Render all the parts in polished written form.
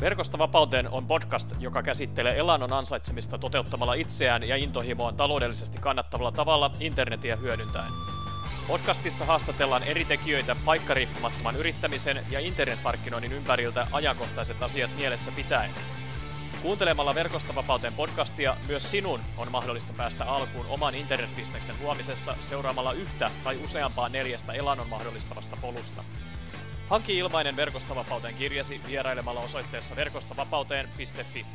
Verkosta vapauteen on podcast, joka käsittelee elannon ansaitsemista toteuttamalla itseään ja intohimoaan taloudellisesti kannattavalla tavalla internetiä hyödyntäen. Podcastissa haastatellaan eri tekijöitä paikkariippumattoman yrittämisen ja internetmarkkinoinnin ympäriltä ajankohtaiset asiat mielessä pitäen. Kuuntelemalla Verkosta vapauteen podcastia myös sinun on mahdollista päästä alkuun oman internetbisneksen luomisessa seuraamalla yhtä tai useampaa 4 elannon mahdollistavasta polusta. Hanki ilmainen Verkosta vapauteen kirjasi vierailemalla osoitteessa verkostavapauteen.fi.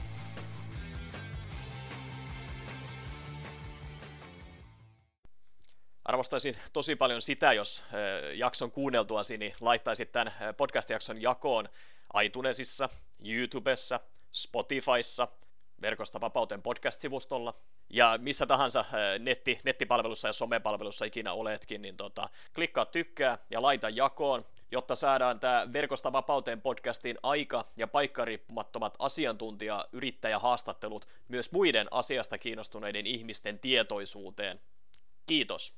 Arvostaisin tosi paljon sitä, jos jakson kuunneltuasi niin laittaisit tämän podcast-jakson jakoon iTunesissa, YouTubessa, Spotifyssa, Verkosta vapauteen podcast-sivustolla ja missä tahansa nettipalvelussa ja somepalvelussa ikinä oletkin, niin klikkaa tykkää ja laita jakoon, jotta saadaan tämä Verkosta vapauteen podcastin aika- ja paikkariippumattomat asiantuntija-yrittäjähaastattelut myös muiden asiasta kiinnostuneiden ihmisten tietoisuuteen. Kiitos!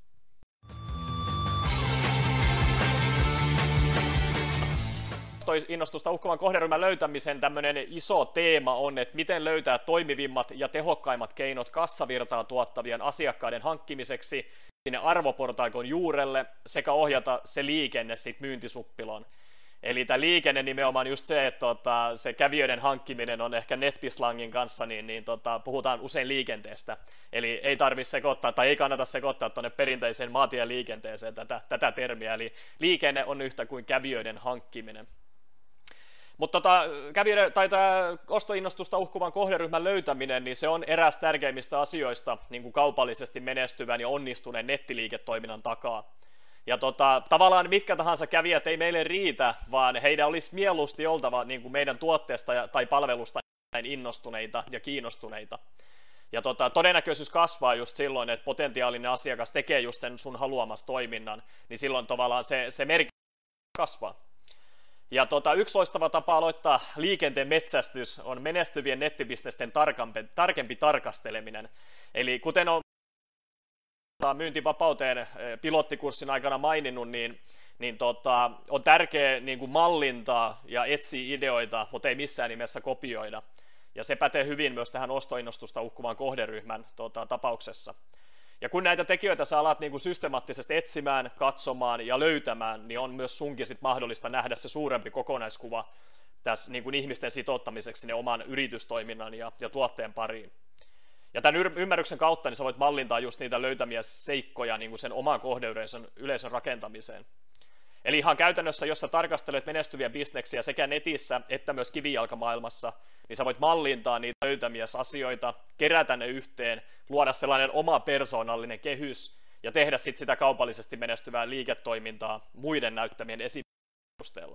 Innostusta uhkaavan kohderyhmän löytämisen tämmöinen iso teema on, että miten löytää toimivimmat ja tehokkaimmat keinot kassavirtaa tuottavien asiakkaiden hankkimiseksi sinne arvoportaikon juurelle sekä ohjata se liikenne sitten myyntisuppiloon. Eli tämä liikenne nimenomaan just se, että se kävijöiden hankkiminen on ehkä nettislangin kanssa, puhutaan usein liikenteestä. Eli ei tarvitse sekoittaa tai ei kannata sekoittaa tuonne perinteiseen maantien liikenteeseen tätä termiä. Eli liikenne on yhtä kuin kävijöiden hankkiminen. Mutta tämä ostoinnostusta uhkuvan kohderyhmän löytäminen, niin se on eräs tärkeimmistä asioista niin kuin kaupallisesti menestyvän ja onnistuneen nettiliiketoiminnan takaa. Ja tavallaan mitkä tahansa kävijät ei meille riitä, vaan heidän olisi mieluusti oltava niin kuin meidän tuotteesta tai palvelusta innostuneita ja kiinnostuneita. Ja todennäköisyys kasvaa just silloin, että potentiaalinen asiakas tekee just sen sun haluamassa toiminnan, niin silloin tavallaan se merkitys kasvaa. Ja yksi loistava tapa aloittaa liikenteen metsästys on menestyvien nettibisnesten tarkempi tarkasteleminen. Eli kuten on myyntivapauteen pilottikurssin aikana maininnut, on tärkeää niin kuin mallintaa ja etsiä ideoita, mutta ei missään nimessä kopioida. Ja se pätee hyvin myös tähän ostoinnostusta uhkuvan kohderyhmän tapauksessa. Ja kun näitä tekijöitä sä alat niin kuin systemaattisesti etsimään, katsomaan ja löytämään, niin on myös sunkin sit mahdollista nähdä se suurempi kokonaiskuva tässä niin kuin ihmisten sitouttamiseksi ne oman yritystoiminnan ja tuotteen pariin. Ja tämän ymmärryksen kautta niin sä voit mallintaa just niitä löytämiä seikkoja niin kuin sen oman kohdeyleisön rakentamiseen. Eli ihan käytännössä, jos sä tarkastelet menestyviä bisneksiä sekä netissä että myös kivijalkamaailmassa, niin sä voit mallintaa niitä löytämiä asioita, kerätä ne yhteen, luoda sellainen oma persoonallinen kehys ja tehdä sitten sitä kaupallisesti menestyvää liiketoimintaa muiden näyttämien esimerkkien.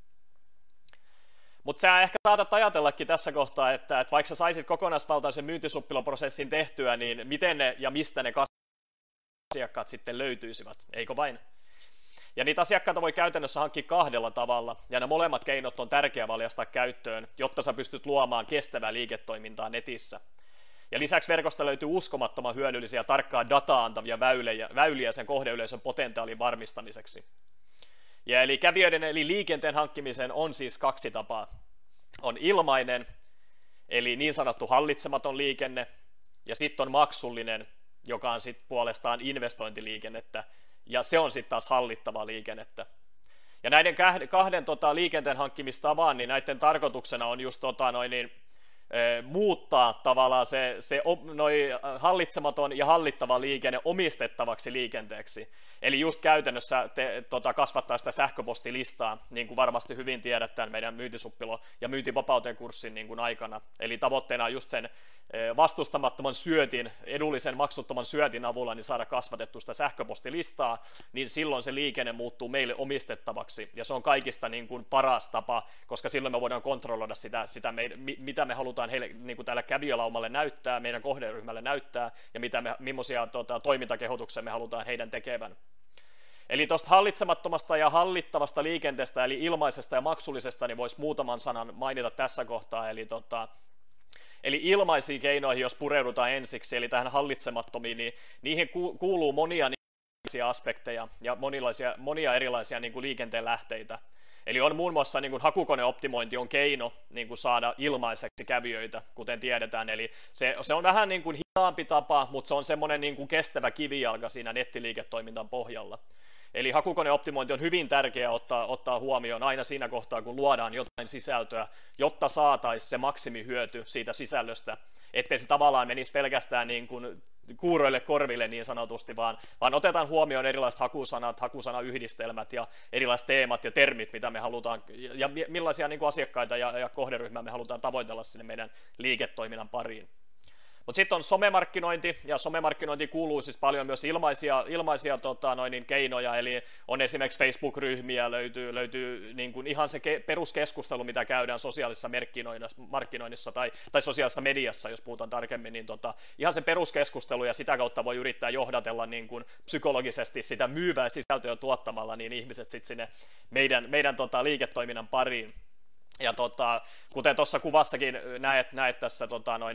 Mutta sä ehkä saatat ajatellakin tässä kohtaa, että vaikka sä saisit kokonaisvaltaisen myyntisuppiloprosessin tehtyä, niin miten ne ja mistä ne asiakkaat sitten löytyisivät, eikö vain? Ja niitä asiakkaita voi käytännössä hankkia 2 tavalla, ja ne molemmat keinot on tärkeää valjastaa käyttöön, jotta sä pystyt luomaan kestävää liiketoimintaa netissä. Ja lisäksi verkosta löytyy uskomattoman hyödyllisiä ja tarkkaa dataa antavia väyliä sen kohdeyleisön potentiaalin varmistamiseksi. Ja eli kävijöiden eli liikenteen hankkimisen on siis 2 tapaa. On ilmainen, eli niin sanottu hallitsematon liikenne, ja sitten on maksullinen, joka on sitten puolestaan investointiliikennettä, ja se on sitten taas hallittavaa liikennettä. Ja näiden kahden liikenteen hankkimistavan, niin näiden tarkoituksena on just muuttaa tavallaan se hallitsematon ja hallittava liikenne omistettavaksi liikenteeksi. Eli just käytännössä kasvattaa sitä sähköpostilistaa, niin kuin varmasti hyvin tiedät tämän meidän myyntisuppilo- ja myyntivapauteen kurssin niin kuin aikana. Eli tavoitteena on just sen vastustamattoman syötin, edullisen maksuttoman syötin avulla niin saada kasvatettua sitä sähköpostilistaa, niin silloin se liikenne muuttuu meille omistettavaksi. Ja se on kaikista niin kuin paras tapa, koska silloin me voidaan kontrolloida mitä me halutaan heille niin kuin tälle kävijälaumalle näyttää, meidän kohderyhmälle näyttää, ja millaisia toimintakehotuksia me halutaan heidän tekevän. Eli tuosta hallitsemattomasta ja hallittavasta liikenteestä, eli ilmaisesta ja maksullisesta, niin voisi muutaman sanan mainita tässä kohtaa. Eli ilmaisiin keinoihin, jos pureudutaan ensiksi, eli tähän hallitsemattomiin, niin niihin kuuluu monia aspekteja ja monia erilaisia niin kuin liikenteen lähteitä. Eli on muun muassa niin kuin hakukoneoptimointi on keino niin kuin saada ilmaiseksi kävijöitä, kuten tiedetään. Eli se on vähän niin kuin hitaampi tapa, mutta se on semmoinen niin kuin kestävä kivijalka siinä nettiliiketoiminnan pohjalla. Eli hakukoneoptimointi on hyvin tärkeää ottaa huomioon aina siinä kohtaa, kun luodaan jotain sisältöä, jotta saataisiin se maksimihyöty siitä sisällöstä, ettei se tavallaan menisi pelkästään niin kuin kuuroille korville niin sanotusti, vaan otetaan huomioon erilaiset hakusanat, hakusanayhdistelmät ja erilaiset teemat ja termit, mitä me halutaan, ja millaisia niin kuin asiakkaita ja kohderyhmää me halutaan tavoitella sinne meidän liiketoiminnan pariin. Mutta sitten on somemarkkinointi, ja somemarkkinointi kuuluu siis paljon myös ilmaisia keinoja, eli on esimerkiksi Facebook-ryhmiä, löytyy niin kuin ihan se peruskeskustelu, mitä käydään sosiaalisessa markkinoinnissa tai sosiaalisessa mediassa, jos puhutaan tarkemmin, niin ihan se peruskeskustelu, ja sitä kautta voi yrittää johdatella niin kuin psykologisesti sitä myyvää sisältöä tuottamalla niin ihmiset sitten sinne meidän liiketoiminnan pariin. Ja kuten tuossa kuvassakin näet tässä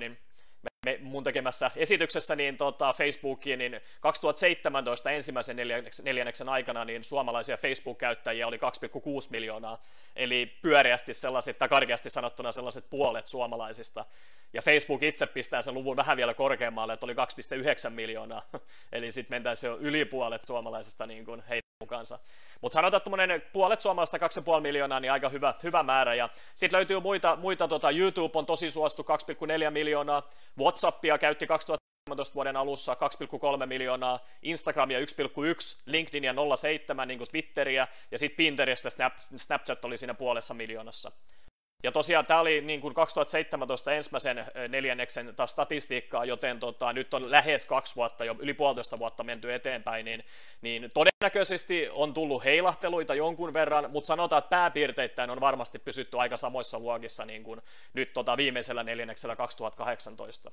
mun tekemässä esityksessä niin Facebookiin, niin 2017 ensimmäisen neljänneksen aikana niin suomalaisia Facebook-käyttäjiä oli 2,6 miljoonaa, eli pyöreästi sellaiset, tai karkeasti sanottuna sellaiset puolet suomalaisista. Ja Facebook itse pistää sen luvun vähän vielä korkeammalle, että oli 2,9 miljoonaa, eli sitten mentäisiin jo yli puolet suomalaisista niin kuin heidän mukaansa. Mutta sanotaan, että puolet suomalaista 2,5 miljoonaa, niin aika hyvä määrä. Ja sitten löytyy muita YouTube on tosi suosittu, 2,4 miljoonaa, WhatsAppia käytti 2017 vuoden alussa 2,3 miljoonaa, Instagramia 1,1, LinkedInia 0,7, niin kuin Twitteriä, ja sitten Pinterest ja Snapchat oli siinä 0,5 miljoonassa. Ja tosiaan tämä oli niin kuin 2017 ensimmäisen neljänneksen statistiikkaa, joten nyt on lähes 2 vuotta, jo yli 1,5 vuotta menty eteenpäin, niin todennäköisesti on tullut heilahteluita jonkun verran, mutta sanotaan, että pääpiirteittäin on varmasti pysytty aika samoissa luokissa niin kuin nyt viimeisellä neljänneksellä 2018.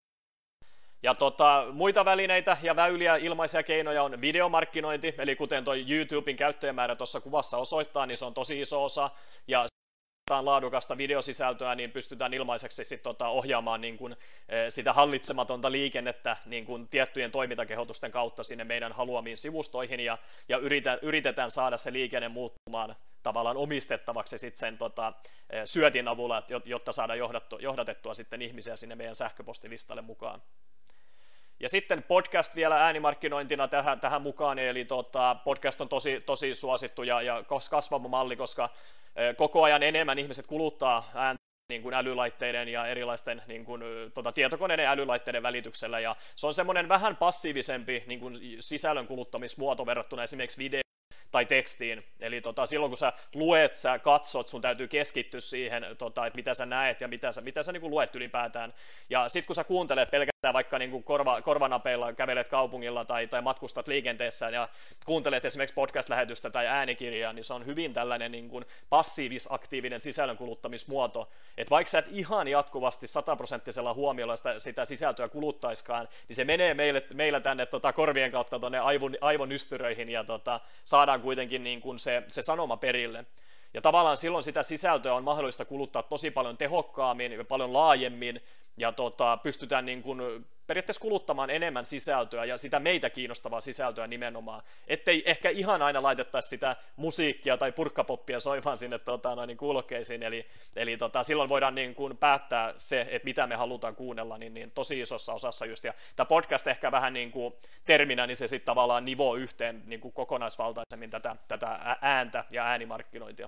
Ja muita välineitä ja väyliä, ilmaisia keinoja on videomarkkinointi, eli kuten tuo YouTuben käyttäjämäärä tuossa kuvassa osoittaa, niin se on tosi iso osa, ja laadukasta videosisältöä, niin pystytään ilmaiseksi ohjaamaan niin kuin, sitä hallitsematonta liikennettä niin kuin tiettyjen toimintakehotusten kautta sinne meidän haluamiin sivustoihin, ja yritetään saada se liikenne muuttumaan tavallaan omistettavaksi sit sen syötin avulla, jotta saadaan johdatettua sitten ihmisiä sinne meidän sähköpostilistalle mukaan. Ja sitten podcast vielä äänimarkkinointina tähän mukaan, eli podcast on tosi suosittu ja kasvava malli, koska koko ajan enemmän ihmiset kuluttaa ääntä niin kuin älylaitteiden ja erilaisten niin kuin, tietokoneiden ja älylaitteiden välityksellä, ja se on semmoinen vähän passiivisempi niin kuin sisällön kuluttamismuoto verrattuna esimerkiksi video tai tekstiin. Eli silloin kun sä luet, sä katsot, sun täytyy keskittyä siihen, että mitä sä näet ja mitä sä niin kuin luet ylipäätään. Ja sitten kun sä kuuntelet pelkästään vaikka niin kuin korvanapeilla, kävelet kaupungilla tai matkustat liikenteessä ja kuuntelet esimerkiksi podcast-lähetystä tai äänikirjaa, niin se on hyvin tällainen niin kuin passiivis-aktiivinen sisällön kuluttamismuoto. Että vaikka sä et ihan jatkuvasti 100% huomiolla sitä sisältöä kuluttaiskaan, niin se menee meillä tänne korvien kautta tuonne aivonystyröihin ja saadaan kuitenkin niin kuin se sanoma perille. Ja tavallaan silloin sitä sisältöä on mahdollista kuluttaa tosi paljon tehokkaammin ja paljon laajemmin, ja pystytään niin kuin periaatteessa kuluttamaan enemmän sisältöä ja sitä meitä kiinnostavaa sisältöä nimenomaan, ettei ehkä ihan aina laitettaisi sitä musiikkia tai purkkapoppia soimaan sinne kuulokkeisiin, eli silloin voidaan niin kuin päättää se, että mitä me halutaan kuunnella, niin tosi isossa osassa just, ja tämä podcast ehkä vähän niin kuin terminä, niin se sitten tavallaan nivoo yhteen niin kuin kokonaisvaltaisemmin tätä ääntä ja äänimarkkinointia.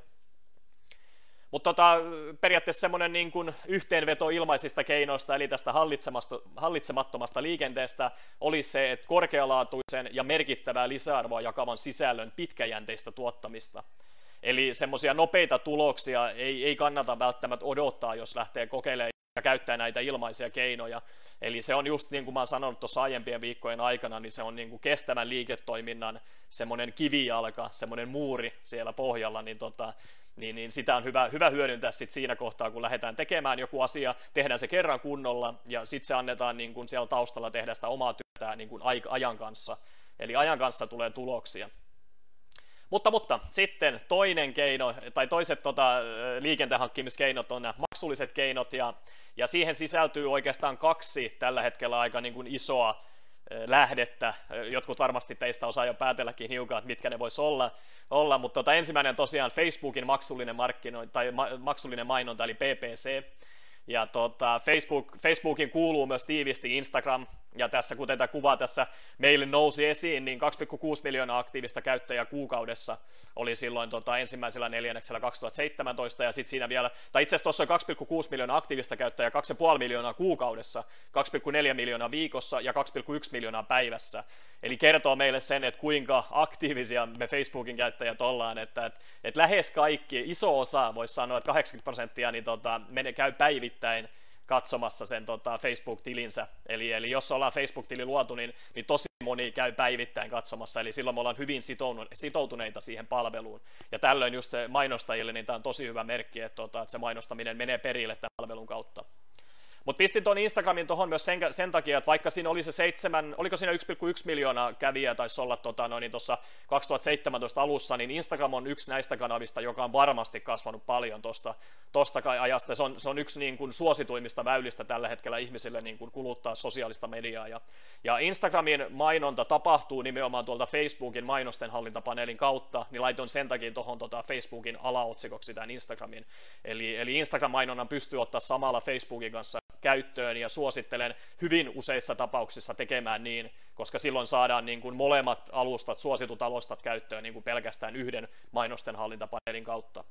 Mutta periaatteessa semmoinen niin kuin yhteenveto ilmaisista keinoista, eli tästä hallitsemattomasta liikenteestä, olisi se, että korkealaatuisen ja merkittävää lisäarvoa jakavan sisällön pitkäjänteistä tuottamista. Eli semmoisia nopeita tuloksia ei kannata välttämättä odottaa, jos lähtee kokeilemaan ja käyttää näitä ilmaisia keinoja. Eli se on just niin kuin mä oon sanonut tuossa aiempien viikkojen aikana, niin se on niin kuin kestävän liiketoiminnan semmoinen kivijalka, semmoinen muuri siellä pohjalla, niin sitä on hyvä hyödyntää sit siinä kohtaa, kun lähdetään tekemään joku asia, tehdään se kerran kunnolla, ja sitten se annetaan niin kun siellä taustalla tehdä sitä omaa työtä niin kun ajan kanssa. Eli ajan kanssa tulee tuloksia. Mutta sitten toinen keino, tai toiset liikenteen hankkimiskeinot on nämä maksulliset keinot, ja siihen sisältyy oikeastaan 2 tällä hetkellä aika niin kun isoa lähdettä. Jotkut varmasti teistä osaa jo päätelläkin hiukan, että mitkä ne vois olla, mutta ensimmäinen tosiaan Facebookin maksullinen mainonta, eli PPC. Ja Facebookin kuuluu myös tiivisti Instagram, ja tässä kuten tämä kuva tässä meille nousi esiin, niin 2,6 miljoonaa aktiivista käyttäjää kuukaudessa oli silloin ensimmäisellä neljänneksellä 2017, ja sitten siinä vielä, tai itse asiassa tuossa on 2,6 miljoonaa aktiivista käyttäjää, 2,5 miljoonaa kuukaudessa, 2,4 miljoonaa viikossa ja 2,1 miljoonaa päivässä. Eli kertoo meille sen, että kuinka aktiivisia me Facebookin käyttäjät ollaan, että lähes kaikki, iso osa, voisi sanoa, että 80%, niin käy päivittäin katsomassa sen Facebook-tilinsä. Eli jos ollaan Facebook-tili luotu, niin tosi moni käy päivittäin katsomassa, eli silloin me ollaan hyvin sitoutuneita siihen palveluun. Ja tällöin just mainostajille niin tämä on tosi hyvä merkki, että se mainostaminen menee perille tämän palvelun kautta. Mutta pistin tuon Instagramin tuohon myös sen takia, että vaikka siinä oli se oliko siinä 1,1 miljoonaa kävijää taisi olla tuossa 2017 alussa, niin Instagram on yksi näistä kanavista, joka on varmasti kasvanut paljon tuosta ajasta. Se on yksi niin kuin suosituimmista väylistä tällä hetkellä ihmisille niin kuin kuluttaa sosiaalista mediaa. Ja Instagramin mainonta tapahtuu nimenomaan tuolta Facebookin mainosten hallintapaneelin kautta, niin laitoin sen takia tuohon Facebookin alaotsikoksi tämän Instagramin. Eli Instagram-mainonnan pystyy ottaa samalla Facebookin kanssa käyttöön, ja suosittelen hyvin useissa tapauksissa tekemään niin, koska silloin saadaan niin kuin molemmat alustat, suositut alustat käyttöön niin kuin pelkästään yhden mainosten hallintapaneelin kautta.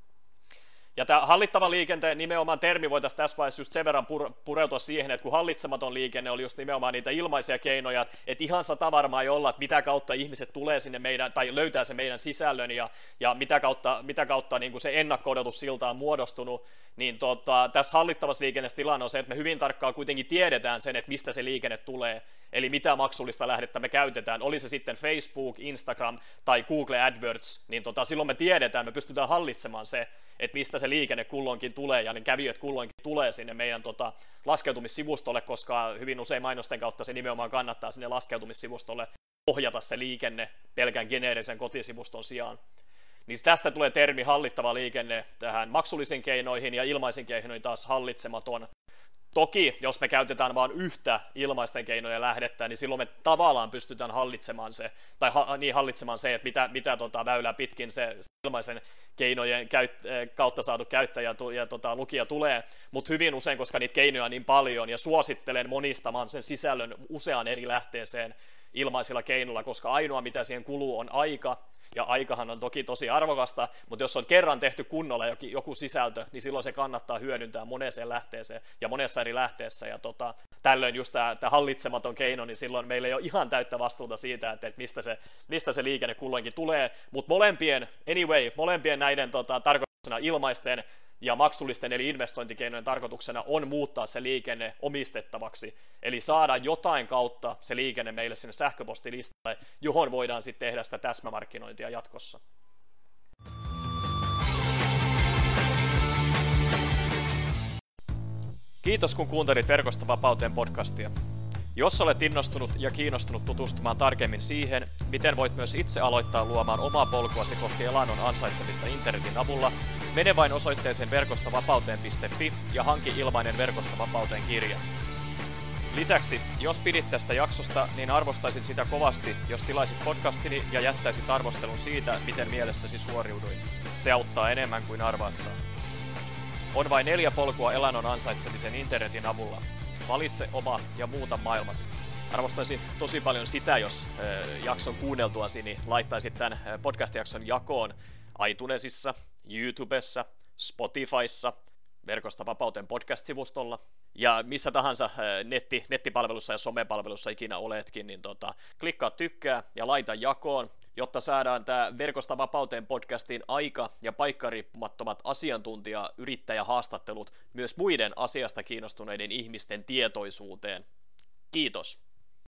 Ja tämä hallittava liikenteen nimenomaan termi voitaisiin tässä vaiheessa just sen verran pureutua siihen, että kun hallitsematon liikenne oli just nimenomaan niitä ilmaisia keinoja, että ihan satavarmaa ei olla, että mitä kautta ihmiset tulee sinne meidän, tai löytää sen meidän sisällön, ja mitä kautta niin kuin se ennakko-odotussilta on muodostunut, niin tässä hallittavassa liikenteessä tilanne on se, että me hyvin tarkkaan kuitenkin tiedetään sen, että mistä se liikenne tulee, eli mitä maksullista lähdettä me käytetään, oli se sitten Facebook, Instagram tai Google AdWords, niin silloin me tiedetään, me pystytään hallitsemaan se, että mistä se liikenne kulloinkin tulee, ja ne kävijät kulloinkin tulee sinne meidän laskeutumissivustolle, koska hyvin usein mainosten kautta se nimenomaan kannattaa sinne laskeutumissivustolle ohjata se liikenne pelkän geneerisen kotisivuston sijaan. Niin tästä tulee termi hallittava liikenne tähän maksullisiin keinoihin, ja ilmaisiin keinoihin taas hallitsematon. Toki, jos me käytetään vain yhtä ilmaisten keinojen lähdettä, niin silloin me tavallaan pystytään hallitsemaan se, että mitä väylää pitkin se ilmaisen keinojen kautta saatu käyttäjä ja lukija tulee, mutta hyvin usein, koska niitä keinoja on niin paljon, ja suosittelen monistamaan sen sisällön useaan eri lähteeseen ilmaisilla keinoilla, koska ainoa mitä siihen kuluu on aika, ja aikahan on toki tosi arvokasta, mutta jos on kerran tehty kunnolla joku sisältö, niin silloin se kannattaa hyödyntää moneen lähteeseen ja monessa eri lähteessä, ja tällöin just tämä hallitsematon keino, niin silloin meillä ei ole ihan täyttä vastuuta siitä, että mistä se liikenne kulloinkin tulee, mutta molempien näiden tarkoituksena ilmaisten ja maksullisten eli investointikeinojen tarkoituksena on muuttaa se liikenne omistettavaksi, eli saada jotain kautta se liikenne meille sinne sähköpostilistalle, johon voidaan sitten tehdä sitä täsmämarkkinointia jatkossa. Kiitos kun kuuntelit Verkosta vapauteen podcastia. Jos olet innostunut ja kiinnostunut tutustumaan tarkemmin siihen, miten voit myös itse aloittaa luomaan omaa polkuasi kohti elannon ansaitsemista internetin avulla, mene vain osoitteeseen verkostavapauteen.fi ja hanki ilmainen Verkosta vapauteen -kirja. Lisäksi, jos pidit tästä jaksosta, niin arvostaisin sitä kovasti, jos tilaisit podcastini ja jättäisit arvostelun siitä, miten mielestäsi suoriuduin. Se auttaa enemmän kuin arvaatkaan. On vain 4 polkua elannon ansaitsemisen internetin avulla. Valitse oma ja muuta maailmasi. Arvostaisin tosi paljon sitä, jos jakson kuunneltuasi niin laittaisit tämän podcast-jakson jakoon iTunesissa, YouTubessa, Spotifyssa, Verkosta vapauteen podcast-sivustolla ja missä tahansa nettipalvelussa ja somepalvelussa ikinä oletkin, niin klikkaa tykkää ja laita jakoon, jotta saadaan tämä Verkosta vapauteen podcastin aika- ja paikkariippumattomat asiantuntija-yrittäjähaastattelut myös muiden asiasta kiinnostuneiden ihmisten tietoisuuteen. Kiitos!